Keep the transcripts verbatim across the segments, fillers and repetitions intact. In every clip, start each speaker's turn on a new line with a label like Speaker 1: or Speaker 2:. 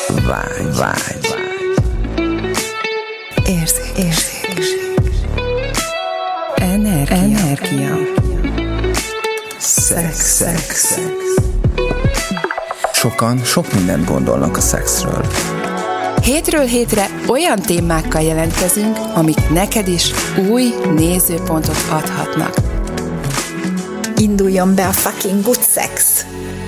Speaker 1: Vágy, vágy, vágy.
Speaker 2: Érzék, érzék. Energia. Energia.
Speaker 1: Szex, szex, szex. Sokan sok mindent gondolnak a szexről.
Speaker 2: Hétről hétre olyan témákkal jelentkezünk, amik neked is új nézőpontot adhatnak.
Speaker 3: Induljon be a fucking good sex!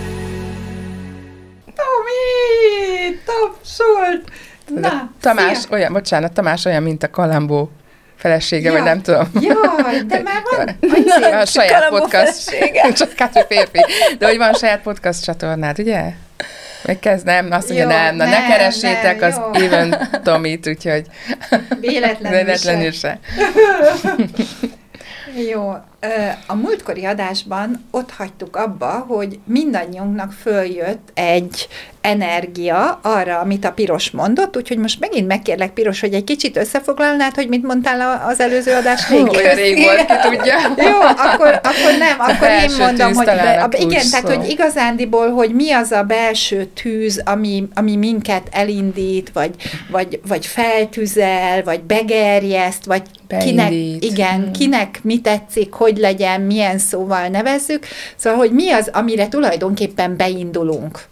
Speaker 4: Tomi! Tapsolt! Na,
Speaker 5: Tamás
Speaker 4: szia.
Speaker 5: olyan, bocsánat, Tamás olyan, mint a Kalambó felesége,
Speaker 4: Ja.
Speaker 5: vagy nem tudom.
Speaker 4: Jaj, de már van.
Speaker 5: Van a saját
Speaker 3: Kalambó
Speaker 5: podcast.
Speaker 3: felesége.
Speaker 5: Csak kettő férfi. De hogy van saját podcast csatornád, ugye? Meg kezd, nem? Azt mondja,
Speaker 4: Jó,
Speaker 5: nem. Na,
Speaker 4: nem,
Speaker 5: ne keressétek
Speaker 4: nem,
Speaker 5: az
Speaker 4: jó.
Speaker 5: Even Tomit, úgyhogy
Speaker 4: Véletlenül,
Speaker 5: véletlenül
Speaker 4: se.
Speaker 5: se.
Speaker 4: Jó, ö, a múltkori adásban ott hagytuk abba, hogy mindannyiunknak följött egy energia arra, amit a Piros mondott, úgyhogy most megint megkérlek, Piros, hogy egy kicsit összefoglalnád, hogy mit mondtál a- az előző adás végén.
Speaker 5: Olyan rég volt, ki tudja.
Speaker 4: Jó, akkor, akkor nem, akkor én
Speaker 5: belső
Speaker 4: mondom,
Speaker 5: tűz
Speaker 4: hogy
Speaker 5: talán
Speaker 4: be,
Speaker 5: a
Speaker 4: a, igen,
Speaker 5: kulcs
Speaker 4: tehát,
Speaker 5: szó.
Speaker 4: hogy igazándiból, hogy mi az a belső tűz, ami, ami minket elindít, vagy, vagy, vagy feltüzel, vagy begerjeszt, vagy kinek,
Speaker 5: Beindít.
Speaker 4: igen,
Speaker 5: Hmm.
Speaker 4: kinek mi tetszik, hogy legyen, milyen szóval nevezzük. Szóval, hogy mi az, amire tulajdonképpen beindulunk.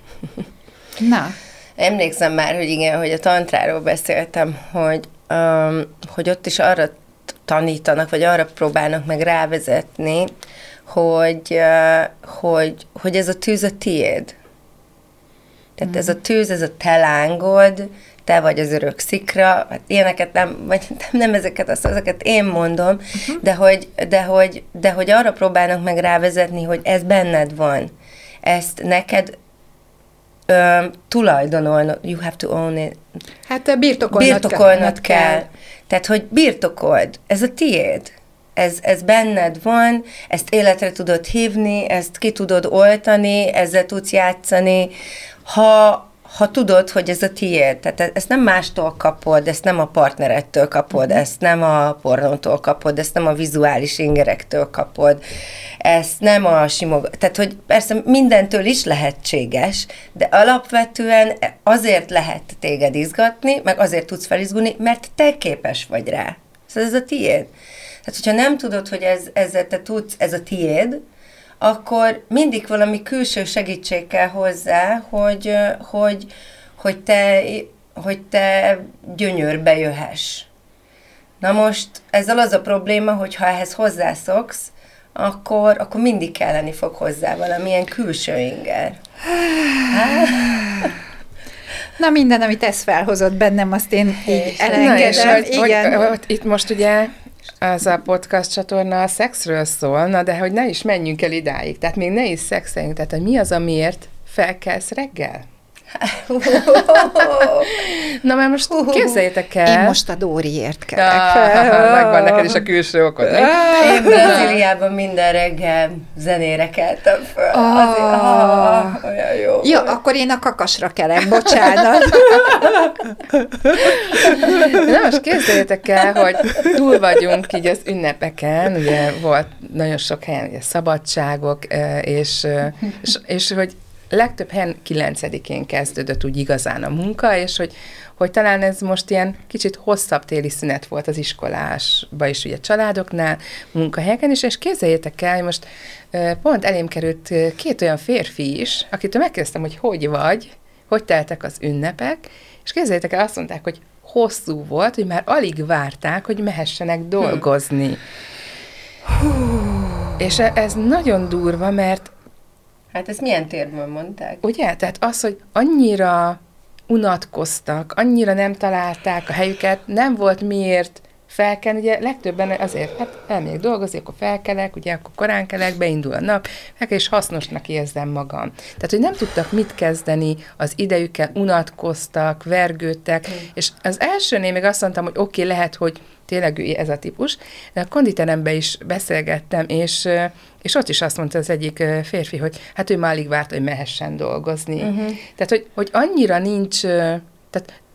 Speaker 4: Na,
Speaker 6: Emlékszem már, hogy igen, hogy a tantráról beszéltem, hogy, um, hogy ott is arra tanítanak, vagy arra próbálnak meg rávezetni, hogy, uh, hogy, hogy ez a tűz a tiéd. Tehát ez a tűz, ez a te lángod, te vagy az örök szikra, hát ilyeneket nem, vagy nem, nem ezeket, azt, ezeket én mondom, uh-huh. de, hogy, de, hogy, de hogy arra próbálnak meg rávezetni, hogy ez benned van. Ezt neked ö, tulajdonolnod, you have to own it.
Speaker 4: hát birtokolnod,
Speaker 6: Birtokolnod kell. kell. Tehát, hogy birtokold, ez a tiéd. Ez, ez benned van, ezt életre tudod hívni, ezt ki tudod oltani, ezzel tudsz játszani, ha, ha tudod, hogy ez a tiéd. Tehát ezt nem mástól kapod, ezt nem a partnerettől kapod, ezt nem a pornótól kapod, ezt nem a vizuális ingerektől kapod, ezt nem a simog... Tehát, hogy persze mindentől is lehetséges, de alapvetően azért lehet téged izgatni, meg azért tudsz felizgulni, mert te képes vagy rá. Szóval ez a tiéd. Tehát, hogyha nem tudod, hogy ez, ezzel te tudsz, ez a tiéd, akkor mindig valami külső segítség kell hozzá, hogy, hogy, hogy, te, hogy te gyönyörbe jöhess. Na most ezzel az a probléma, hogy ha ehhez hozzászoksz, akkor, akkor mindig kelleni fog hozzá valamilyen külső inger.
Speaker 4: Na minden, amit ez felhozott bennem, azt én így
Speaker 5: Na és
Speaker 4: elengedem.
Speaker 5: hogy, hogy,
Speaker 4: Igen.
Speaker 5: hogy itt most ugye az a podcast csatorna a szexről szól, na de hogy ne is menjünk el idáig, tehát még ne is szexeljünk, tehát hogy mi az, amiért felkelsz reggel? Na mert most képzeljétek el.
Speaker 4: Én most a Dóriért kelek
Speaker 5: Ah,
Speaker 4: fel.
Speaker 5: megvan neked is a külső okod, nem?
Speaker 6: Én Brazíliában minden reggel zenére keltem föl.
Speaker 4: Ah.
Speaker 6: Azért, ah, olyan jó.
Speaker 4: Ja, akkor én a kakasra kelek, bocsánat.
Speaker 5: Na most képzeljétek el, hogy túl vagyunk így az ünnepeken, ugye volt nagyon sok helyen ugye, szabadságok, és, és, és hogy legtöbb helyen kilencedikén kezdődött úgy igazán a munka, és hogy, hogy talán ez most ilyen kicsit hosszabb téli szünet volt az iskolásba is, ugye családoknál, munkahelyeken is, és képzeljétek el, most pont elém került két olyan férfi is, akitől megkérdeztem, hogy hogy vagy, hogy teltek az ünnepek, és képzeljétek el, azt mondták, hogy hosszú volt, hogy már alig várták, hogy mehessenek dolgozni. Hmm. És ez nagyon durva, mert
Speaker 6: Hát ezt milyen térből mondták?
Speaker 5: ugye? Tehát az, hogy annyira unatkoztak, annyira nem találták a helyüket, nem volt miért felkelni, ugye legtöbben azért, hát elmegyek dolgozni, akkor felkelek, ugye akkor korán kelek, beindul a nap, és hasznosnak érzem magam. Tehát, hogy nem tudtak mit kezdeni az idejükkel, unatkoztak, vergődtek, mm. és az elsőnél még azt mondtam, hogy oké, okay, lehet, hogy tényleg ő ez a típus, de a konditeremben is beszélgettem, és, és ott is azt mondta az egyik férfi, hogy hát ő már alig várt, hogy mehessen dolgozni. Uh-huh. Tehát, hogy, hogy annyira nincs, tehát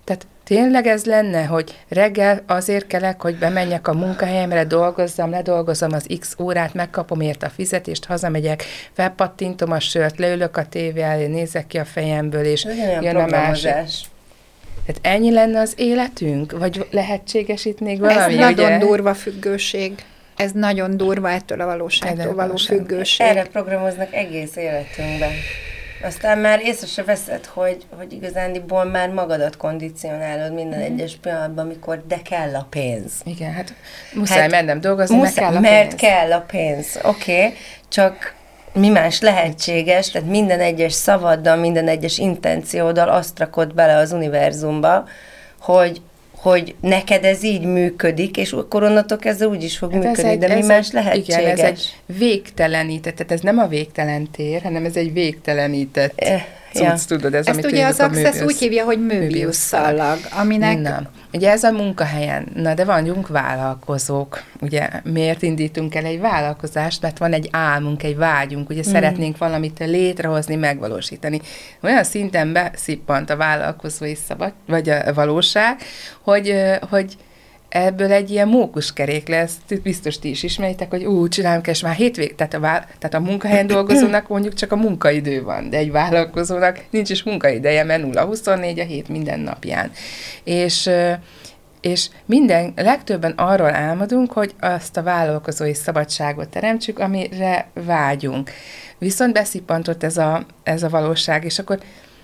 Speaker 5: Tehát tényleg ez lenne, hogy reggel azért kelek, hogy bemenjek a munkahelyemre, dolgozzam, ledolgozom az X órát, megkapom érte a fizetést, hazamegyek, felpattintom a sört, leülök a tévé elé, nézek ki a fejemből, és jön a másik. Tehát ennyi lenne az életünk? Vagy lehetséges itt még valami?
Speaker 4: Ez nagyon
Speaker 5: ugye?
Speaker 4: durva függőség. Ez nagyon durva ettől a valóságtól való függőség.
Speaker 6: Erre programoznak egész életünkben. Aztán már észre se veszed, hogy, hogy igazándiból már magadat kondicionálod minden egyes pillanatban, amikor de kell a pénz.
Speaker 5: Igen, hát muszáj
Speaker 6: hát
Speaker 5: mennem dolgozni,
Speaker 6: muszáj,
Speaker 5: mert kell a
Speaker 6: mert
Speaker 5: pénz.
Speaker 6: kell a pénz. Oké, okay, csak mi más lehetséges, tehát minden egyes szavaddal, minden egyes intencióddal azt rakod bele az univerzumba, hogy hogy neked ez így működik, és akkor onnantól kezdve úgy is fog hát működni, egy, de mi más egy, lehetséges?
Speaker 5: Igen, ez egy végtelenített, tehát ez nem a végtelen tér, hanem ez egy végtelenített eh, cucc, ja. tudod, ez,
Speaker 4: ezt
Speaker 5: amit
Speaker 4: ugye az Access úgy hívja, hogy Möbius szallag, aminek...
Speaker 5: Na, ugye ez a munkahelyen, na de vagyunk vállalkozók, ugye miért indítunk el egy vállalkozást, mert van egy álmunk, egy vágyunk, ugye mm. szeretnénk valamit létrehozni, megvalósítani. Olyan szinten beszippant a vállalkozói szabad, vagy a valóság, hogy, hogy ebből egy ilyen mókuskerék lesz, biztos ti is ismeritek, hogy ú, csinálunk, és már hétvég, tehát a, vál, tehát a munkahelyen dolgozónak mondjuk csak a munkaidő van, de egy vállalkozónak nincs is munkaideje, mert nulla huszonnégy a hét minden napján. És, és minden, legtöbben arról álmodunk, hogy azt a vállalkozói szabadságot teremtsük, amire vágyunk. Viszont beszippantott ez a, ez a valóság, és akkor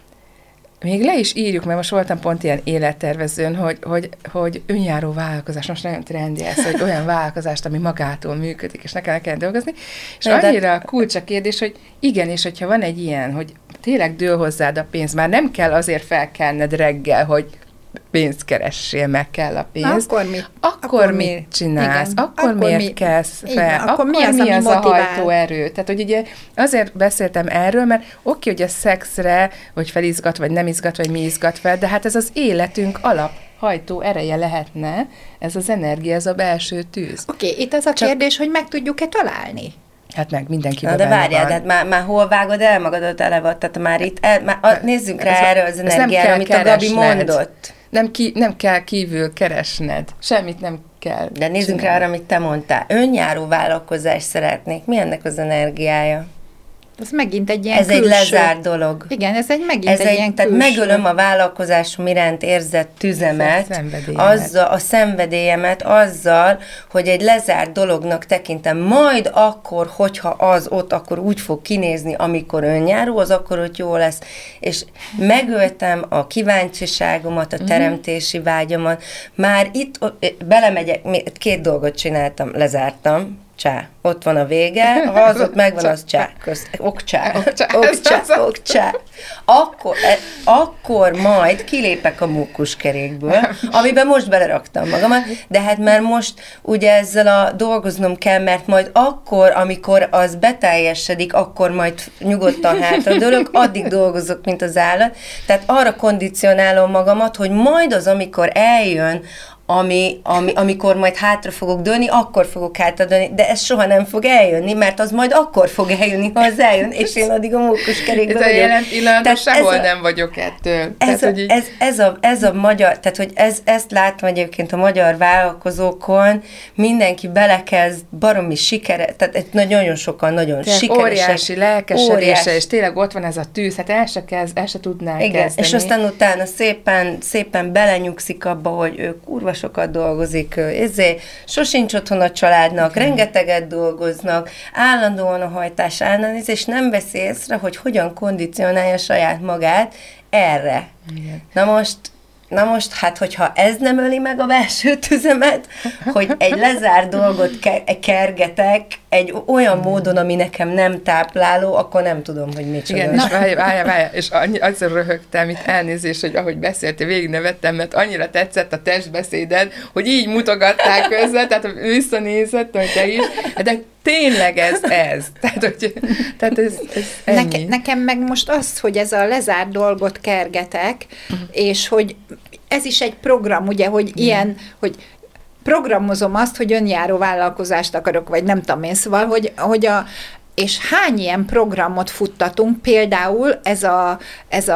Speaker 5: még le is írjuk, mert most voltam pont ilyen élettervezőn, hogy, hogy, hogy önjáró vállalkozás, most nagyon trendi ez, hogy olyan vállalkozást, ami magától működik, és nekem kell dolgozni, és de annyira a kulcs a kérdés, hogy igen, és hogyha van egy ilyen, hogy tényleg dől hozzád a pénz, már nem kell azért felkelned reggel, hogy pénzt keressél, meg kell a pénz.
Speaker 4: Akkor mit?
Speaker 5: Akkor, akkor mit csinálsz? Igen. Akkor, akkor miért mi? kelsz fel?
Speaker 4: Igen. Akkor,
Speaker 5: akkor
Speaker 4: mi az,
Speaker 5: mi
Speaker 4: az
Speaker 5: a hajtóerő? Tehát, hogy ugye azért beszéltem erről, mert oké, hogy a szexre, vagy felizgat, vagy nem izgat, vagy mi izgat fel, de hát ez az életünk alap hajtó ereje lehetne, ez az energia, ez a belső tűz.
Speaker 4: Oké, okay, itt az a Csak... kérdés, hogy meg tudjuk-e találni?
Speaker 5: Hát meg mindenkiben
Speaker 6: de várjál, hát már, már hol vágod el magadat elevat? Tehát már itt, el, már, a, nézzünk rá erre az energiára, amit a Gabi mondott.
Speaker 5: Nem, ki, nem kell kívül keresned. Semmit nem kell.
Speaker 6: De nézzünk rá arra, amit te mondtál. Önjáró vállalkozást szeretnék. Mi ennek az energiája?
Speaker 4: Ez megint egy ilyen
Speaker 6: Ez
Speaker 4: külső.
Speaker 6: egy lezárt dolog.
Speaker 4: Igen, ez egy megint
Speaker 6: ez
Speaker 4: egy, egy ilyen
Speaker 6: tehát
Speaker 4: külső.
Speaker 6: megölöm a vállalkozásom iránt érzett tüzemet, azzal, a szenvedélyemet azzal, hogy egy lezárt dolognak tekintem. Majd akkor, hogyha az ott, akkor úgy fog kinézni, amikor önjáró, az akkor ott jó lesz. És megöltem a kíváncsiságomat, a teremtési vágyamat. Már itt belemegyek, két dolgot csináltam, lezártam, csá. Ott van a vége, ha az ott megvan, az csá. Közt, okcsá. Okcsá. Okcsá. Okcsá. Akkor, e, akkor majd kilépek a mókuskerékből, amiben most beleraktam magamat, de hát már most ugye ezzel a dolgoznom kell, mert majd akkor, amikor az beteljesedik, akkor majd nyugodtan hátradőlök, addig dolgozok, mint az állat. Tehát arra kondicionálom magamat, hogy majd az, amikor eljön, Ami, ami, amikor majd hátra fogok dőlni, akkor fogok hátradőlni, de ez soha nem fog eljönni, mert az majd akkor fog eljönni, ha az eljön, és én addig a mókuskerékben vagyok.
Speaker 5: Ez a jelen pillanatban sehol a, nem vagyok ettől.
Speaker 6: Ez, tehát, a, így... ez, ez, a, ez a magyar, tehát hogy ez, ezt látom egyébként a magyar vállalkozókon, mindenki belekezd, baromi sikere, tehát nagyon sokan nagyon tehát sikeresek.
Speaker 5: Óriási lelkesedése, és tényleg ott van ez a tűz, hát el se, kezd, el se tudnál
Speaker 6: igen,
Speaker 5: kezdeni.
Speaker 6: És aztán utána szépen, szépen belenyugszik abba, hogy ő kurva sokat dolgozik, ezért sosincs otthon a családnak, okay. rengeteget dolgoznak, állandóan a hajtás állandóan, és nem veszi észre, hogy hogyan kondicionálja saját magát erre. Igen. Na most Na most, hát, hogyha ez nem öli meg a belső tüzemet, hogy egy lezárt dolgot ke- kergetek egy olyan módon, ami nekem nem tápláló, akkor nem tudom, hogy micsoda.
Speaker 5: Igen, és várja, várja, várja, és annyi, azzal röhögtem, itt elnézést, hogy ahogy beszéltél, végig nevettem, mert annyira tetszett a testbeszéded, hogy így mutogatták közben, tehát visszanézett, hogy te is, de tényleg ez ez. Tehát, hogy, tehát ez, ez
Speaker 4: Neke, nekem meg most az, hogy ez a lezárt dolgot kergetek, uh-huh. és hogy ez is egy program, ugye, hogy uh-huh. ilyen, hogy programozom azt, hogy önjáró vállalkozást akarok, vagy nem tudom én, szóval, hogy, hogy a, és hány ilyen programot futtatunk, például ez a, ez a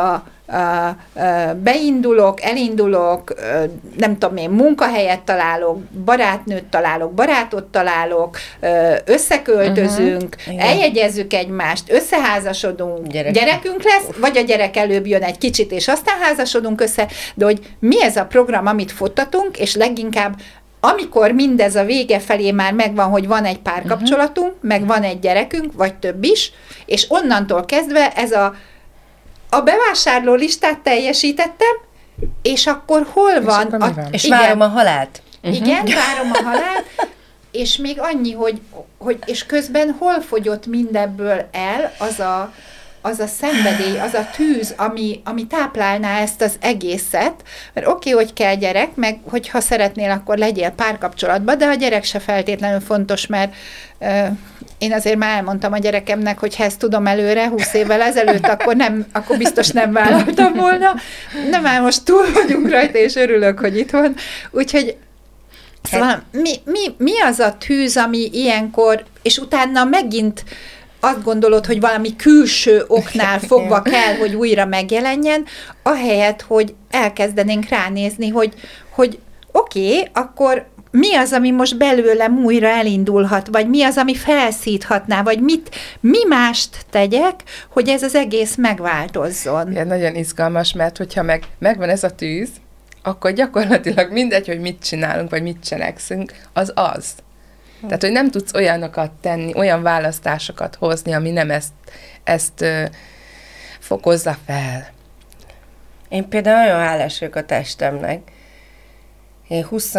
Speaker 4: beindulok, elindulok, nem tudom én, munkahelyet találok, barátnőt találok, barátot találok, összeköltözünk, uh-huh. eljegyezzük egymást, összeházasodunk, Gyerek. gyerekünk lesz, vagy a gyerek előbb jön egy kicsit, és aztán házasodunk össze, de hogy mi ez a program, amit futtatunk, és leginkább amikor mindez a vége felé már megvan, hogy van egy párkapcsolatunk, uh-huh. meg van egy gyerekünk, vagy több is, és onnantól kezdve ez a, a bevásárló listát teljesítettem, és akkor hol
Speaker 5: és
Speaker 4: van?
Speaker 5: Akkor
Speaker 4: a,
Speaker 5: van?
Speaker 6: És igen, várom a halált.
Speaker 4: Igen, uh-huh. várom a halált, és még annyi, hogy, hogy és közben hol fogyott mindebből el az a az a szenvedély, az a tűz, ami, ami táplálná ezt az egészet, mert oké, okay, hogy kell gyerek, meg hogyha szeretnél, akkor legyél párkapcsolatban, de a gyerek se feltétlenül fontos, mert uh, én azért már elmondtam a gyerekemnek, hogy ha ezt tudom előre, húsz évvel ezelőtt, akkor, nem, akkor biztos nem vállaltam volna. De már most túl vagyunk rajta, és örülök, hogy itt van. Úgyhogy szóval mi, mi, mi az a tűz, ami ilyenkor, és utána megint azt gondolod, hogy valami külső oknál fogva kell, hogy újra megjelenjen, ahelyett, hogy elkezdenénk ránézni, hogy, hogy oké, okay, akkor mi az, ami most belőlem újra elindulhat, vagy mi az, ami felszíthatná, vagy mit, mi mást tegyek, hogy ez az egész megváltozzon.
Speaker 5: Igen, nagyon izgalmas, mert hogyha meg, megvan ez a tűz, akkor gyakorlatilag mindegy, hogy mit csinálunk, vagy mit cselekszünk, az az. Tehát, hogy nem tudsz olyanokat tenni, olyan választásokat hozni, ami nem ezt, ezt ö, fokozza fel.
Speaker 6: Én például nagyon hálás vagyok a testemnek. Én húsz,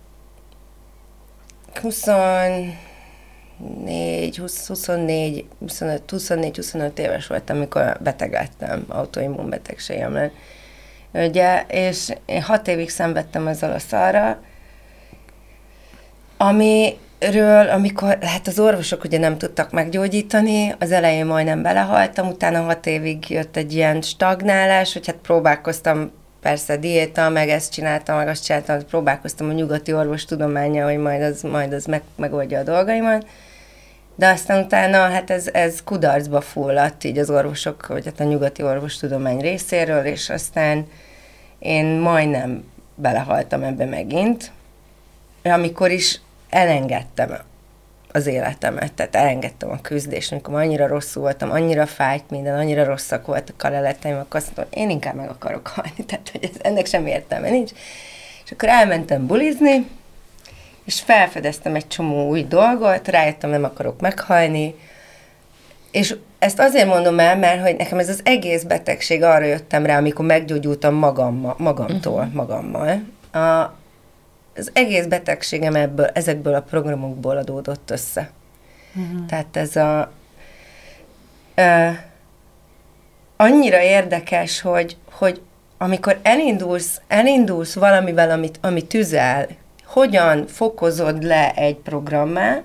Speaker 6: huszonnégy, húsz, huszonnégy, huszonöt, huszonnégy, huszonöt éves voltam, amikor beteg lettem, autoimmun betegségem lett. Ugye, és én hat évig szenvedtem ezzel a szarral, ami ről, amikor, hát az orvosok ugye nem tudtak meggyógyítani, az elején majdnem belehaltam, utána hat évig jött egy ilyen stagnálás, hogy hát próbálkoztam, persze diéta, meg ezt csináltam, meg azt csináltam, próbálkoztam a nyugati orvostudománnyal, hogy majd az, majd az meg, megoldja a dolgaimat, de aztán utána hát ez, ez kudarcba fulladt így az orvosok, vagy hát a nyugati orvostudomány részéről, és aztán én majdnem belehaltam ebbe megint, amikor is elengedtem az életemet, tehát elengedtem a küzdést, amikor annyira rosszul voltam, annyira fájt minden, annyira rosszak voltak a leleteim, akkor azt mondtam, én inkább meg akarok halni, tehát hogy ez, ennek semmi értelme nincs. És akkor elmentem bulizni, és felfedeztem egy csomó új dolgot, rájöttem, nem akarok meghalni, és ezt azért mondom el, mert hogy nekem ez az egész betegség, arra jöttem rá, amikor meggyógyultam magam, magamtól, uh-huh. magammal. A, az egész betegségem ebből, ezekből a programokból adódott össze. Uh-huh. Tehát ez a... Ö, annyira érdekes, hogy, hogy amikor elindulsz, elindulsz valamivel, amit, ami tüzel, hogyan fokozod le egy programmá,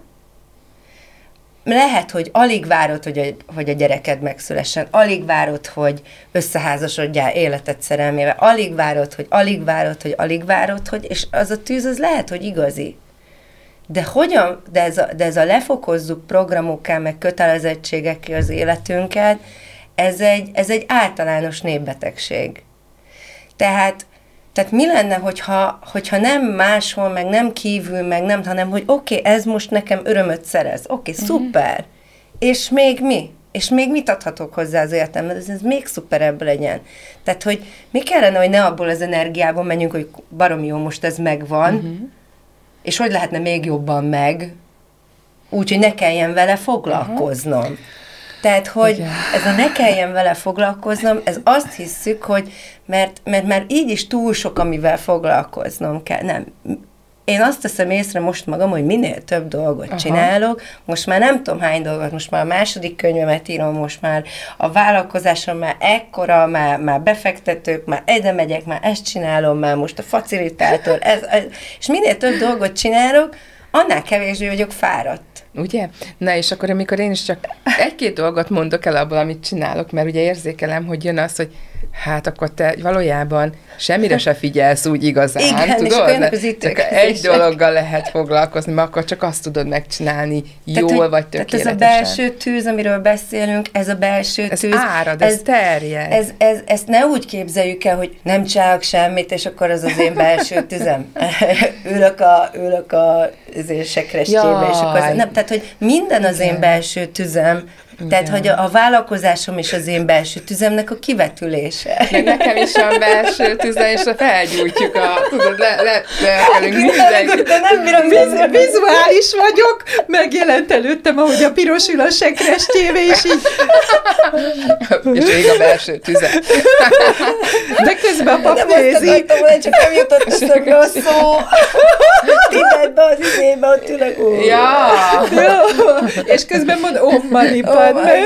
Speaker 6: lehet, hogy alig várod, hogy a, hogy a gyereked megszülessen, alig várod, hogy összeházasodjál életed szerelmével, alig várod, hogy alig várod, hogy alig várod, hogy, és az a tűz, az lehet, hogy igazi. De hogyan, de ez a, de ez a lefokozzuk programokká, meg kötelezettségekkel az életünket, ez egy, ez egy általános népbetegség. Tehát Tehát mi lenne, hogyha, hogyha nem máshol, meg nem kívül, meg nem, hanem, hogy oké, okay, ez most nekem örömöt szerez, oké, okay, uh-huh. szuper, és még mi? És még mit adhatok hozzá az életemben, ez, ez még szuperebb legyen. Tehát, hogy mi kellene, hogy ne abból az energiából menjünk, hogy baromi jó, most ez megvan, uh-huh. és hogy lehetne még jobban meg, úgyhogy ne kelljen vele foglalkoznom. Uh-huh. Tehát, hogy igen. ez a ne kelljen vele foglalkoznom, ez azt hisszük, hogy mert, mert már így is túl sok, amivel foglalkoznom kell. Nem. Én azt teszem észre most magam, hogy minél több dolgot Aha. csinálok, most már nem tudom hány dolgot, most már a második könyvemet írom, most már a vállalkozásom már ekkora, már, már befektetők, már ide megyek, már ezt csinálom, már most a facilitátor, ez, ez, és minél több dolgot csinálok, annál kevésbé vagyok fáradt.
Speaker 5: Ugye? Na, és akkor, amikor én is csak egy-két dolgot mondok el abból, amit csinálok, mert ugye érzékelem, hogy jön az, hogy hát akkor te valójában semmire se figyelsz úgy igazán,
Speaker 6: igen,
Speaker 5: tudod?
Speaker 6: És az
Speaker 5: csak egy dologgal lehet foglalkozni, mert akkor csak azt tudod megcsinálni jól, tehát, vagy tökéletesen.
Speaker 6: Tehát ez a belső tűz, amiről beszélünk, ez a belső
Speaker 5: ez
Speaker 6: tűz.
Speaker 5: árad, ez, ez terjed.
Speaker 6: Ez, ez, ezt ne úgy képzeljük el, hogy nem csinálok semmit, és akkor az az én belső tüzem. ülök a, ülök a sekrestébe, és akkor az, nem, tehát, hogy minden az én belső tüzem. Igen. Tehát, hogy a, a vállalkozásom és az én belső tüzemnek a kivetülése.
Speaker 5: Meg nekem is van belső tüzem, és felgyújtjuk a, tudod, le, le, lekelünk mindenkit.
Speaker 6: De nem bírom
Speaker 4: Viz, vizuális vagyok, megjelent előttem, ahogy a piros ül a sekrestébe, és így...
Speaker 5: és ég a belső tüzem.
Speaker 4: De közben a pap
Speaker 6: nem
Speaker 4: nézi.
Speaker 6: Nem azt akartam, csak nem jutott eszembe a szó. Tibetbe az izébe, ott ülök.
Speaker 5: Ja.
Speaker 4: Jó. És közben mond, oh, money, padme.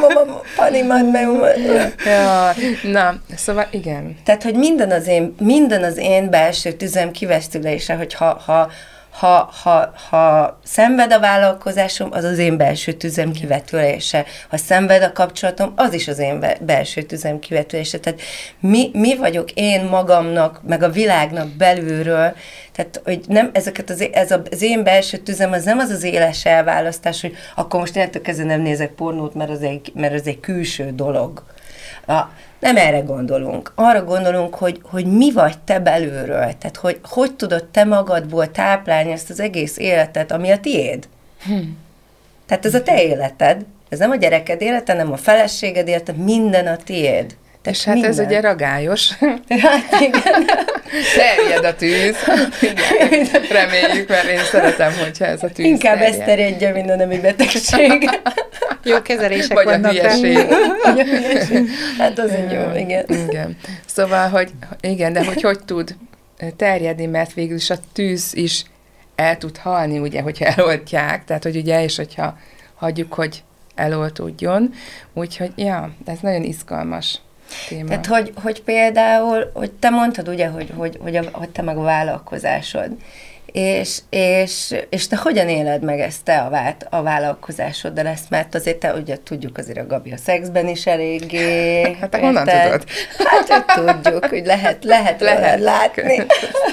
Speaker 5: Ja, na, szóval igen.
Speaker 6: Tehát, hogy minden az én, minden az én belső tüzem kivesztülése, hogy ha, ha, ha, ha, ha szenved a vállalkozásom, az az én belső tüzem kivetülése. Ha szenved a kapcsolatom, az is az én belső tüzem kivetülése. Tehát mi, mi vagyok én magamnak, meg a világnak belülről, tehát, hogy nem ezeket az, ez a, az én belső tüzem, az nem az az éles elválasztás, hogy akkor most innentől kezdve nem nézek pornót, mert az egy, mert az egy külső dolog. A, nem erre gondolunk. Arra gondolunk, hogy, hogy mi vagy te belülről. Tehát, hogy hogy tudod te magadból táplálni ezt az egész életet, ami a tiéd. Hm. Tehát ez a te életed. Ez nem a gyereked élete, nem a feleséged élete, minden a tiéd.
Speaker 5: Tehát és hát minden. Ez ugye ragályos.
Speaker 6: Hát igen.
Speaker 5: Terjed a tűz. Igen. Reméljük, mert én szeretem, hogyha ez a tűz
Speaker 6: inkább
Speaker 5: terjed.
Speaker 6: ezt terjedje minden nemi betegség.
Speaker 4: Jó kezelések
Speaker 5: vagy
Speaker 4: vannak.
Speaker 5: A hülyeség.
Speaker 6: Vagy a hülyeség. Hát az egy jó, igen.
Speaker 5: Igen. Szóval, hogy igen, de hogy hogy tud terjedni, mert végül is a tűz is el tud halni, ugye, hogyha eloltják, tehát, hogy ugye, és hogyha hagyjuk, hogy eloltódjon. Úgyhogy, ja, ez nagyon izgalmas téma.
Speaker 6: Tehát, hogy, hogy például, hogy te mondtad ugye, hogy, hogy, hogy, a, hogy te meg a vállalkozásod, és, és, és te hogyan éled meg ezt te a, vált, a vállalkozásoddal ezt, mert azért te ugye tudjuk, azért a Gabi a szexben is eléggé.
Speaker 5: Hát te honnan tudod?
Speaker 6: Hát, hogy tudjuk, hogy lehet, lehet, lehet látni.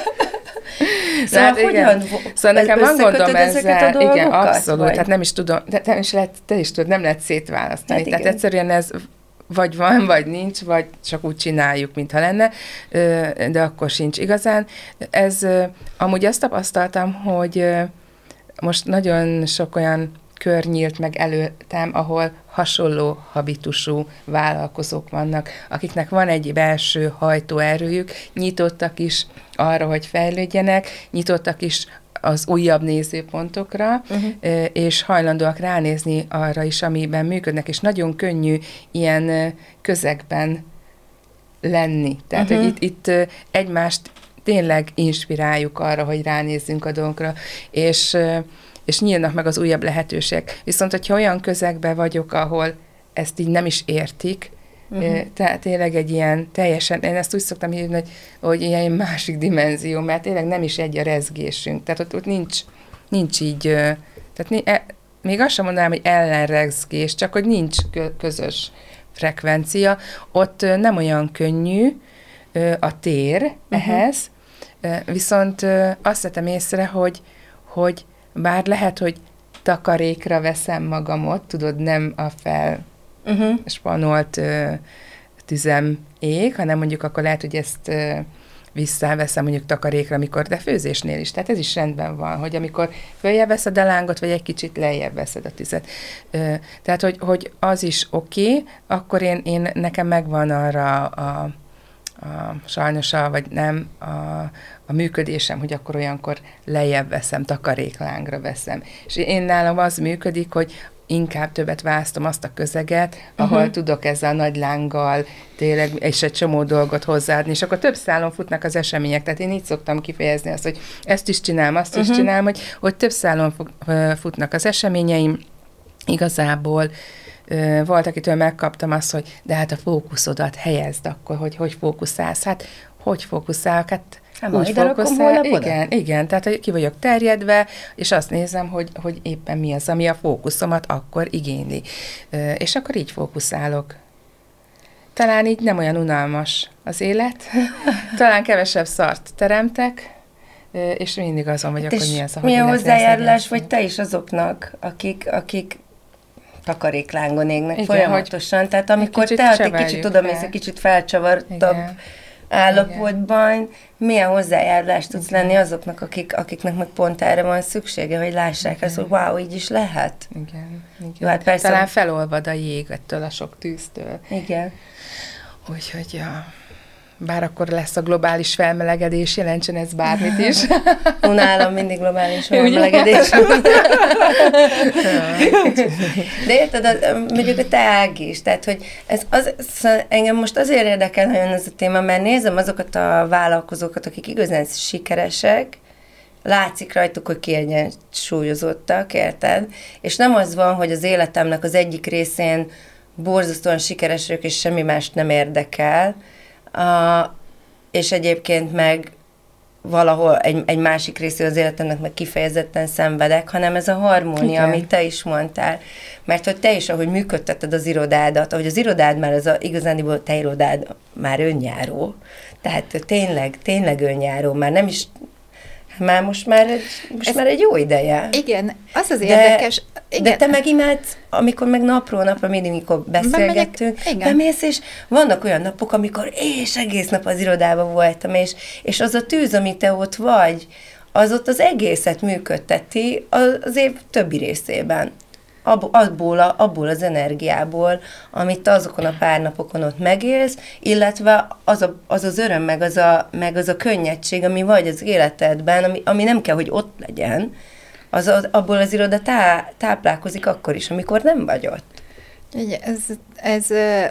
Speaker 6: Szóval,
Speaker 5: hát igen. Szóval nekem van gondom ezzel,
Speaker 6: dolgokat,
Speaker 5: igen, abszolút,
Speaker 6: vagy?
Speaker 5: Tehát nem is tudom, de nem is lehet, te is tudod, nem lehet szétválasztani.
Speaker 6: Hát
Speaker 5: tehát
Speaker 6: igen.
Speaker 5: egyszerűen ez vagy van, vagy nincs, vagy csak úgy csináljuk, mintha lenne, de akkor sincs igazán. Ez amúgy azt tapasztaltam, hogy most nagyon sok olyan kör nyílt meg előttem, ahol hasonló habitusú vállalkozók vannak, akiknek van egy belső hajtóerőjük, nyitottak is arra, hogy fejlődjenek, nyitottak is az újabb nézőpontokra, uh-huh. és hajlandóak ránézni arra is, amiben működnek, és nagyon könnyű ilyen közegben lenni. Tehát, uh-huh. hogy itt, itt egymást tényleg inspiráljuk arra, hogy ránézzünk a dolgokra, és és nyílnak meg az újabb lehetőségek. Viszont, hogyha olyan közegben vagyok, ahol ezt így nem is értik, uh-huh. tehát tényleg egy ilyen teljesen, én ezt úgy szoktam hívni, hogy, hogy ilyen másik dimenzió, mert tényleg nem is egy a rezgésünk. Tehát ott, ott nincs, nincs így, tehát e, még azt sem mondanám, hogy ellenrezgés, csak hogy nincs közös frekvencia. Ott nem olyan könnyű a tér uh-huh. ehhez, viszont azt vettem észre, hogy, hogy bár lehet, hogy takarékra veszem magamot, tudod, nem a felspanolt uh-huh. tüzem ég, hanem mondjuk akkor lehet, hogy ezt uh, visszaveszem mondjuk takarékra, amikor, de főzésnél is. Tehát ez is rendben van, hogy amikor följebb veszed a lángot, vagy egy kicsit lejjebb veszed a tüzet. Uh, tehát, hogy, hogy az is oké, okay, akkor én, én nekem megvan arra a A, sajnos a, vagy nem a, a működésem, hogy akkor olyankor lejjebb veszem, takaréklángra veszem. És én nálam az működik, hogy inkább többet választom azt a közeget, ahol uh-huh. tudok ezzel a nagy lánggal tényleg, és egy csomó dolgot hozzáadni, és akkor több szálon futnak az események. Tehát én így szoktam kifejezni azt, hogy ezt is csinálom, azt uh-huh. is csinálom, hogy, hogy több szálon futnak az eseményeim, igazából. Volt, akitől megkaptam azt, hogy de hát a fókuszodat helyezd akkor, hogy hogy fókuszálsz. Hát hogy fókuszálok? Hát
Speaker 6: hát
Speaker 5: úgy fókuszál. Igen, igen, tehát hogy ki vagyok terjedve, és azt nézem, hogy, hogy éppen mi az, ami a fókuszomat akkor igényli. És akkor így fókuszálok. talán így nem olyan unalmas az élet, talán kevesebb szart teremtek, és mindig azon vagyok,
Speaker 6: hát
Speaker 5: hogy milyen szabad
Speaker 6: milyen
Speaker 5: életre
Speaker 6: hozzájárulás
Speaker 5: szegény.
Speaker 6: vagy te is azoknak, akik, akik takaréklángon égnek
Speaker 5: Igen,
Speaker 6: folyamatosan. Tehát amikor
Speaker 5: kicsit
Speaker 6: te egy
Speaker 5: cseveljük
Speaker 6: kicsit oda mész,
Speaker 5: fel.
Speaker 6: egy kicsit felcsavartabb
Speaker 5: Igen.
Speaker 6: állapotban, igen. milyen hozzájárulást tudsz lenni azoknak, akik, akiknek meg pont erre van szüksége, hogy lássák igen. ezt, hogy wow, így is lehet.
Speaker 5: Igen. igen.
Speaker 6: Jó, hát persze,
Speaker 5: talán felolvad a jég ettől a sok tűztől.
Speaker 6: Igen.
Speaker 5: Úgyhogy ja, bár akkor lesz a globális felmelegedés, jelentsen ez bármit is.
Speaker 6: Unálam mindig globális felmelegedés. De érted, az, mondjuk a te ág is, tehát, hogy ez az, szóval engem most azért érdekel nagyon ez a téma, mert nézem azokat a vállalkozókat, akik igazán sikeresek, látszik rajtuk, hogy kiegyensúlyozottak, érted? És nem az van, hogy az életemnek az egyik részén borzasztóan sikeresek, és semmi mást nem érdekel, Uh, és egyébként meg valahol egy, egy másik részű az életemnek meg kifejezetten szenvedek, hanem ez a harmónia, igen. amit te is mondtál. Mert hogy te is, ahogy működteted az irodádat, ahogy az irodád már, az a, igazániból te irodád már önjáró, tehát tényleg, tényleg önjáró, már nem is, már most már egy, most ez, már egy jó ideje.
Speaker 4: Igen, az az
Speaker 6: de,
Speaker 4: érdekes. Igen.
Speaker 6: De te meg imádsz, amikor meg napról napra, mindig, mikor beszélgettünk, bemész, és vannak olyan napok, amikor és egész nap az irodában voltam, és, és az a tűz, amit te ott vagy, az ott az egészet működteti az év többi részében. Abból, a, abból az energiából, amit te azokon a pár napokon ott megélsz, illetve az a, az, az öröm, meg az, a, meg az a könnyedség, ami vagy az életedben, ami, ami nem kell, hogy ott legyen, az, az abból az iroda tá, táplálkozik akkor is, amikor nem vagy ott.
Speaker 4: Igen, ez, ez uh,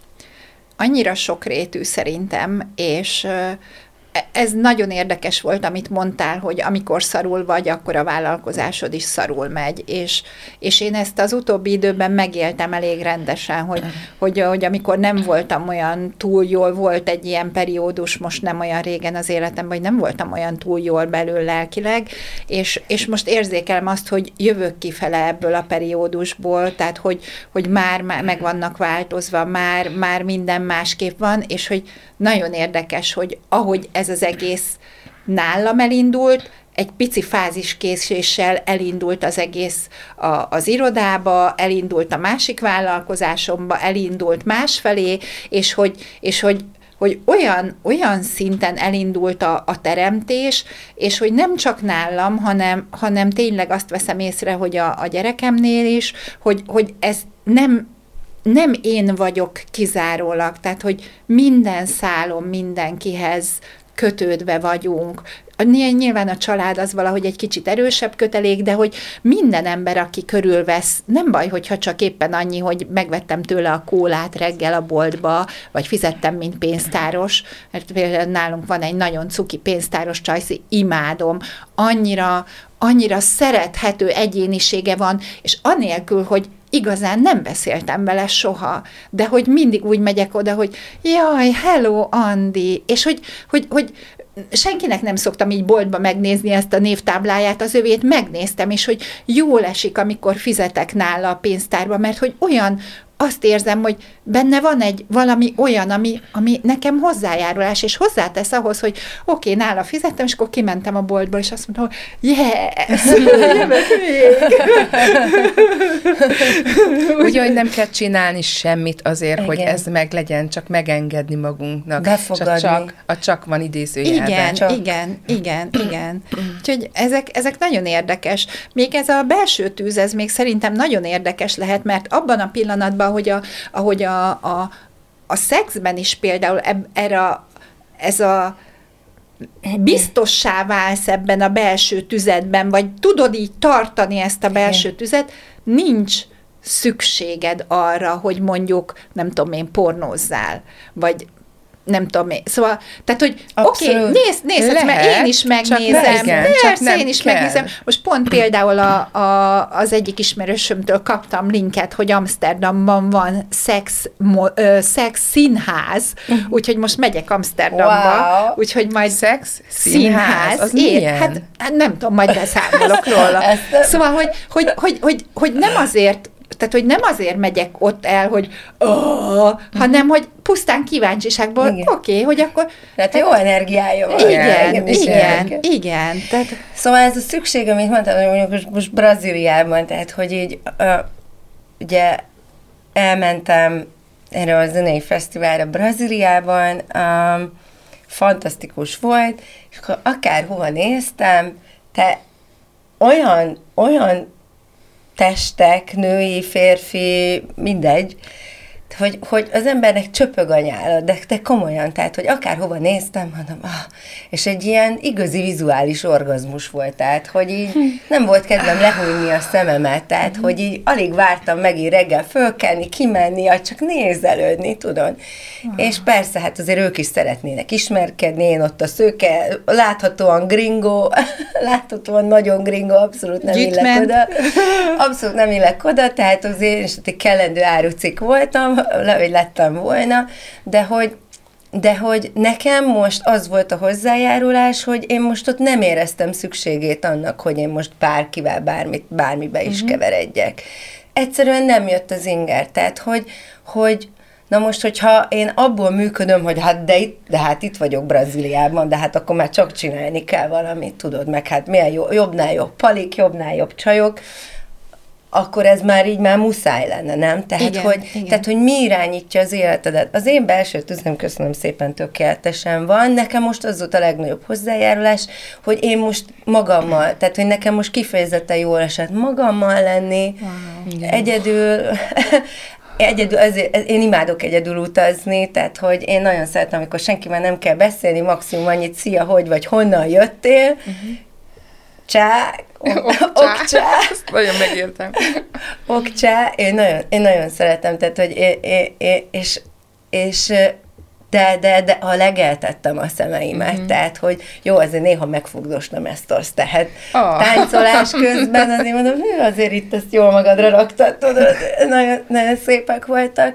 Speaker 4: annyira sokrétű szerintem, és uh, ez nagyon érdekes volt, amit mondtál, hogy amikor szarul vagy, akkor a vállalkozásod is szarul megy, és, és én ezt az utóbbi időben megéltem elég rendesen, hogy, hogy, hogy amikor nem voltam olyan túl jól, volt egy ilyen periódus, most nem olyan régen az életemben, hogy nem voltam olyan túl jól belül lelkileg, és, és most érzékelem azt, hogy jövök kifele ebből a periódusból, tehát hogy, hogy már, már meg vannak változva, már, már minden másképp van, és hogy nagyon érdekes, hogy ahogy ez az egész nálam elindult, egy pici fáziskéséssel elindult az egész a, az irodába, elindult a másik vállalkozásomba, elindult másfelé, és hogy, és hogy, hogy olyan, olyan szinten elindult a, a teremtés, és hogy nem csak nálam, hanem, hanem tényleg azt veszem észre, hogy a, a gyerekemnél is, hogy, hogy ez nem nem én vagyok kizárólag, tehát, hogy minden szálon mindenkihez kötődve vagyunk. Nyilván a család az valahogy egy kicsit erősebb kötelék, de hogy minden ember, aki körülvesz, nem baj, hogyha csak éppen annyi, hogy megvettem tőle a kólát reggel a boltba, vagy fizettem, mint pénztáros, mert például nálunk van egy nagyon cuki pénztáros csajszi, imádom, annyira, annyira szerethető egyénisége van, és anélkül, hogy igazán nem beszéltem vele soha, de hogy mindig úgy megyek oda, hogy jaj, hello, Andi, és hogy, hogy, hogy senkinek nem szoktam így boltba megnézni ezt a névtábláját, az övét megnéztem, és hogy jól esik, amikor fizetek nála a pénztárba, mert hogy olyan, azt érzem, hogy benne van egy valami olyan, ami, ami nekem hozzájárulás, és hozzátesz ahhoz, hogy oké, okay, nála fizettem, és akkor kimentem a boltból, és azt mondtam, hogy yes, jövök még.
Speaker 5: Úgy, hogy nem kell csinálni semmit azért,
Speaker 6: igen.
Speaker 5: hogy ez meg legyen, csak megengedni magunknak.
Speaker 6: Befogadni.
Speaker 5: Csak, a csak van idézőjelben.
Speaker 4: Igen,
Speaker 5: csak.
Speaker 4: igen, igen, igen. Úgyhogy ezek, ezek nagyon érdekes. Még ez a belső tűz, ez még szerintem nagyon érdekes lehet, mert abban a pillanatban, ahogy a, ahogy a, a, a szexben is például eb, erre, ez a biztossá válsz ebben a belső tüzetben, vagy tudod így tartani ezt a belső tüzet, nincs szükséged arra, hogy mondjuk, nem tudom én, pornózzál, vagy nem tudom én. Szóval, tehát, hogy oké, okay, nézd, nézd, mert én is megnézem. Persze, én is kell. megnézem. Most pont például a, a, az egyik ismerősömtől kaptam linket, hogy Amsterdamban van szex, mo, ö, szex színház, úgyhogy most megyek Amsterdamba,
Speaker 6: wow.
Speaker 4: úgyhogy majd
Speaker 5: szex
Speaker 4: színház.
Speaker 5: színház az
Speaker 4: é,
Speaker 5: milyen?
Speaker 4: hát, hát nem tudom, majd beszámolok róla. Szóval, hogy, hogy, hogy, hogy, hogy nem azért, Tehát, hogy nem azért megyek ott el, hogy oh, hanem, hogy pusztán kíváncsiságból, oké, okay, hogy akkor...
Speaker 6: Tehát jó energiája van.
Speaker 4: Igen, igen, igen, igen. Tehát...
Speaker 6: Szóval ez a szükség, amit mondtam, hogy mondjuk most, most Brazíliában, tehát, hogy így uh, ugye elmentem erre a zenei fesztiválra Brazíliában, um, fantasztikus volt, és akkor akárhova néztem, te olyan, olyan testek, női, férfi, mindegy, hogy, hogy az embernek csöpög a nyála, de, de komolyan, tehát, hogy akárhova néztem, mondom, ah, és egy ilyen igazi vizuális orgazmus volt, tehát, hogy így nem volt kedvem lehújni a szememet, tehát, hogy így alig vártam megint reggel fölkelni, kimenni, csak nézelődni, tudod. És persze, hát azért ők is szeretnének ismerkedni, én ott a szőke, láthatóan gringo, láthatóan nagyon gringo, abszolút nem
Speaker 4: Gyűjtment.
Speaker 6: illek oda, abszolút nem illek oda, tehát azért én is ott egy kellendő árucik voltam, hogy lettem volna, de hogy, de hogy nekem most az volt a hozzájárulás, hogy én most ott nem éreztem szükségét annak, hogy én most bárkivel bármit, bármibe is uh-huh. keveredjek. Egyszerűen nem jött az inger, tehát hogy, hogy na most, hogyha én abból működöm, hogy hát de, itt, de hát itt vagyok Brazíliában, de hát akkor már csak csinálni kell valamit, tudod, meg hát milyen jó, jobbnál jobb palik, jobbnál jobb csajok, akkor ez már így már muszáj lenne, nem? Tehát,
Speaker 4: igen,
Speaker 6: hogy,
Speaker 4: igen.
Speaker 6: tehát, hogy mi irányítja az életedet. Az én belső tüzem, köszönöm szépen, tökéletesen van. Nekem most az volt a legnagyobb hozzájárulás, hogy én most magammal, tehát, hogy nekem most kifejezetten jól esett magammal lenni, wow. egyedül, egyedül, ezért, én imádok egyedül utazni, tehát, hogy én nagyon szeretem, amikor senkivel nem kell beszélni, maximum annyit, szia, hogy vagy, honnan jöttél, uh-huh. csá, okcsá.
Speaker 5: Ezt nagyon megértem.
Speaker 6: Okcsá, én nagyon, én nagyon szeretem, tehát, hogy én, én, én, és, és de, de, de a legeltettem a szemeimet, mm-hmm. tehát, hogy jó, azért néha megfogdostam ezt azt, tehát oh. táncolás közben azért mondom, hű, azért itt ezt jól magadra raktad, tudod, nagyon, nagyon szépek voltak.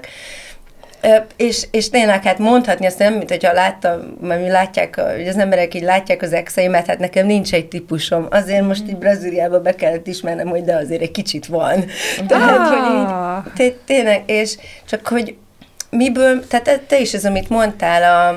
Speaker 6: És, és tényleg hát mondhatni azt nem, mint hogyha láttam, mert mi látják, hogy az emberek így látják az exeimet, hát nekem nincs egy típusom. Azért most így Brazíliába be kellett ismernem, hogy de azért egy kicsit van. Tehát, ah. hogy így, tényleg, és csak hogy miből, tehát te is ez, amit mondtál a,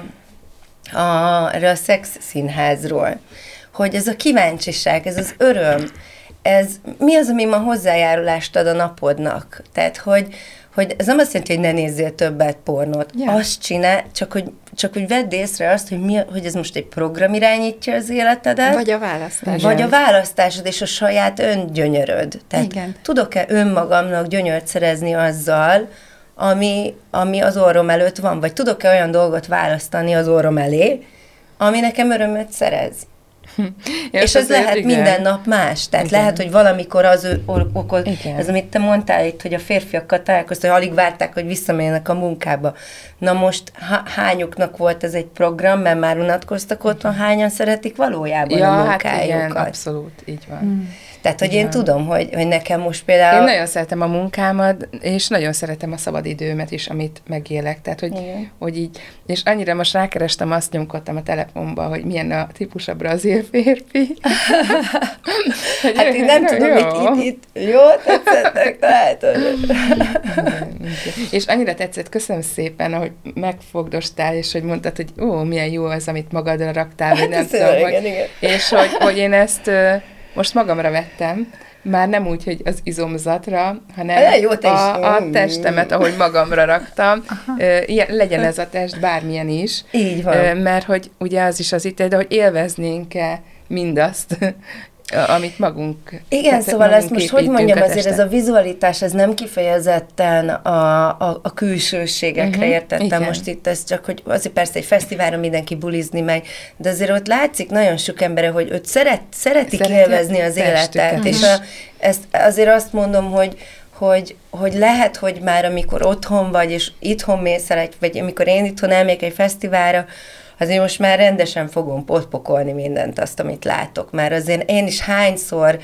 Speaker 6: a, erre a szex színházról, hogy ez a kíváncsiság, ez az öröm, ez mi az, ami ma hozzájárulást ad a napodnak? Tehát, hogy hogy ez nem azt jelenti, hogy ne nézzél többet pornót. Yeah. Azt csinál, csak hogy, csak hogy vedd észre azt, hogy, mi, hogy ez most egy program irányítja az életedet.
Speaker 4: Vagy a választásod.
Speaker 6: Vagy a választásod és a saját öngyönyöröd. Tehát igen. tudok-e önmagamnak gyönyört szerezni azzal, ami, ami az orrom előtt van? Vagy tudok-e olyan dolgot választani az orrom elé, ami nekem örömöt szerez? Ja, és ez lehet igen. minden nap más. Tehát igen. lehet, hogy valamikor az ő okoz, ez amit te mondtál itt, hogy a férfiakkal találkoztak, hogy alig várták, hogy visszamenjenek a munkába. Na most há- hányuknak volt ez egy program, mert már unatkoztak otthon, hányan szeretik valójában ja, a munkájukat. Hát igen,
Speaker 5: abszolút, így van. Mm.
Speaker 6: Tehát, hogy igen. én tudom, hogy, hogy nekem most például...
Speaker 5: Én nagyon szeretem a munkámat, és nagyon szeretem a szabadidőmet is, amit megélek. Tehát, hogy, hogy így, és annyira most rákerestem, azt nyomkodtam a telefonba, hogy milyen a típus a brazil férfi.
Speaker 6: Hát én nem tudom, itt, itt, itt jó, tetszettek, látod.
Speaker 5: És annyira tetszett, köszönöm szépen, hogy megfogdostál, és hogy mondtad, hogy ó, milyen jó az, amit magadra raktál, vagy nem tudom,
Speaker 6: igen,
Speaker 5: hogy,
Speaker 6: igen.
Speaker 5: és hogy, hogy én ezt most magamra vettem, már nem úgy, hogy az izomzatra, hanem
Speaker 6: jó,
Speaker 5: a, a testemet, ahogy magamra raktam, ilyen, legyen ez a test bármilyen is.
Speaker 6: Így van.
Speaker 5: Mert hogy ugye az is az itt, de hogy élveznénk-e mindazt, amit magunk...
Speaker 6: Igen, tehát, szóval ezt most hogy mondjam, azért ez a vizualitás, ez nem kifejezetten a, a, a külsőségekre uh-huh, értettem igen. most itt, ez csak, hogy azért persze egy fesztiválon mindenki bulizni megy, de azért ott látszik nagyon sok embere, hogy őt szeret, szeretik Szereti élvezni az életet, és a, ezt, azért azt mondom, hogy Hogy, hogy lehet, hogy már amikor otthon vagy, és itthon mész el, vagy amikor én itthon elmegyek egy fesztiválra, azért most már rendesen fogom potpokolni mindent azt, amit látok. Már azért én is hányszor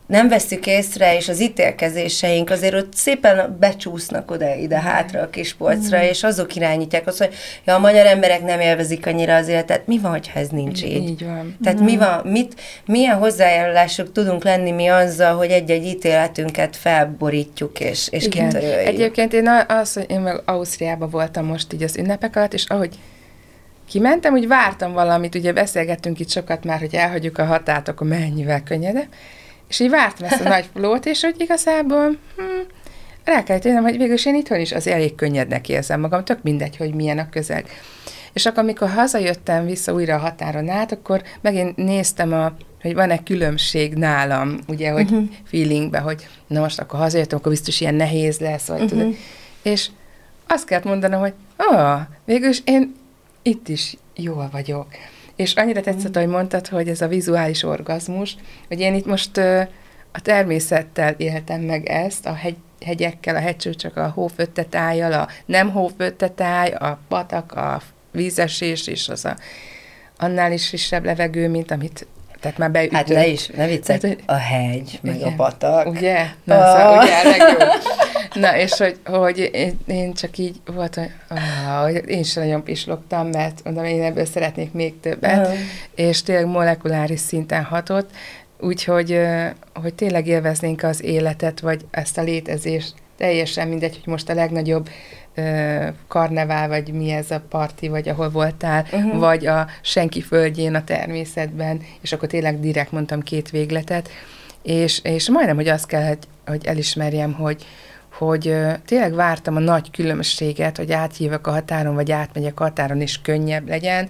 Speaker 6: nem vesszük észre, és az ítélkezéseink azért ott szépen becsúsznak oda-ide hátra a kis polcra, mm. és azok irányítják azt, hogy ja, a magyar emberek nem élvezik annyira az életet. Mi van, hogyha ez nincs így?
Speaker 5: Így van.
Speaker 6: Tehát mm. mi van, mit, milyen hozzájárulások tudunk lenni mi azzal, hogy egy-egy ítéletünket felborítjuk, és, és kitöröljük?
Speaker 5: Egyébként én az, hogy én meg Ausztriában voltam most így az ünnepek alatt, és ahogy kimentem, úgy vártam valamit, ugye beszélgettünk itt sokat már, hogy elhagyjuk a határt, akkor mennyivel könnyedebb, és így vártam ezt a nagy flót, és hogy igazából hm, rá kellett jönnöm, hogy végülis én itthon is az elég könnyednek érzem magam, tök mindegy, hogy milyen a közeg. És akkor, amikor hazajöttem vissza újra a határon át, akkor megint néztem, a, hogy van-e különbség nálam, ugye, hogy uh-huh. feelingbe, hogy na most akkor hazajöttem, akkor biztos ilyen nehéz lesz, vagy uh-huh. tudod. És azt kellett mondanom, hogy ah, végülis én itt is jól vagyok. És annyira tetszett, hogy mondtad, hogy ez a vizuális orgazmus, hogy én itt most uh, a természettel éltem meg ezt, a hegy, hegyekkel, a hegycsúcsokkal, a hóföttetájjal, a nem hóföttetáj, a patak, a vízesés, és az a annál is frissebb levegő, mint amit, tehát már beütött.
Speaker 6: Hát ne is, ne viccelj, a hegy, meg
Speaker 5: igen,
Speaker 6: a patak.
Speaker 5: Ugye? Na, oh. szóval ugye, legjobb. Na, és hogy, hogy én, én csak így volt, hogy ah, én sem nagyon pislogtam, mert mondom, én ebből szeretnék még többet, uh-huh. és tényleg molekuláris szinten hatott, úgyhogy hogy tényleg élveznénk az életet, vagy ezt a létezést, teljesen mindegy, hogy most a legnagyobb uh, karnevál, vagy mi ez a parti, vagy ahol voltál, uh-huh. vagy a senki földjén a természetben, és akkor tényleg direkt mondtam két végletet, és, és majdnem, hogy azt kell, hogy, hogy elismerjem, hogy hogy uh, tényleg vártam a nagy különbséget, hogy áthívok a határon, vagy átmegyek a határon, és könnyebb legyen.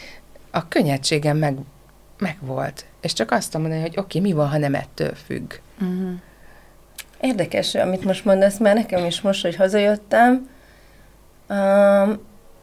Speaker 5: A könnyedségem meg, meg volt. És csak azt mondani, hogy oké, okay, mi van, ha nem ettől függ. Uh-huh.
Speaker 6: Érdekes, amit most mondasz, mert nekem is most, hogy hazajöttem, um,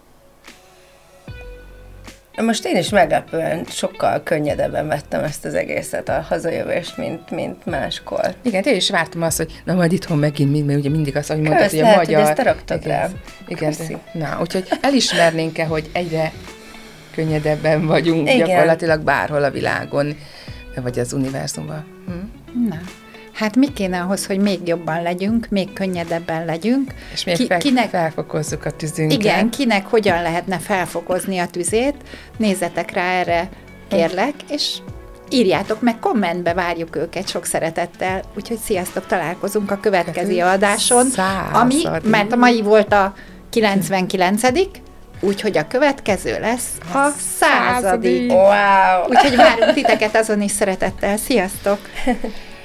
Speaker 6: most én is meglepően sokkal könnyedebben vettem ezt az egészet, a hazajövést, mint, mint máskor.
Speaker 5: Igen, én is vártam azt, hogy na majd itthon megint mind, mert ugye mindig azt, ahogy
Speaker 6: Kösz,
Speaker 5: mondtad, hogy a
Speaker 6: lehet,
Speaker 5: magyar...
Speaker 6: hogy ezt te raktad rá.
Speaker 5: Igen, igen, na, úgyhogy elismernénk-e, hogy egyre könnyedebben vagyunk
Speaker 6: igen.
Speaker 5: gyakorlatilag bárhol a világon, vagy az univerzumban. Hm?
Speaker 4: Na. Hát mi kéne ahhoz, hogy még jobban legyünk, még könnyedebben legyünk?
Speaker 5: És még Ki, fel, kinek, felfokozzuk a tüzünket.
Speaker 4: Igen, kinek hogyan lehetne felfokozni a tüzét? Nézzetek rá erre, kérlek, és írjátok meg, kommentbe várjuk őket sok szeretettel. Úgyhogy sziasztok, találkozunk a következő adáson, ami, mert a mai volt a kilencvenkilencedik úgyhogy a következő lesz a századik.
Speaker 6: Wow!
Speaker 4: Úgyhogy várunk titeket azon is szeretettel. Sziasztok!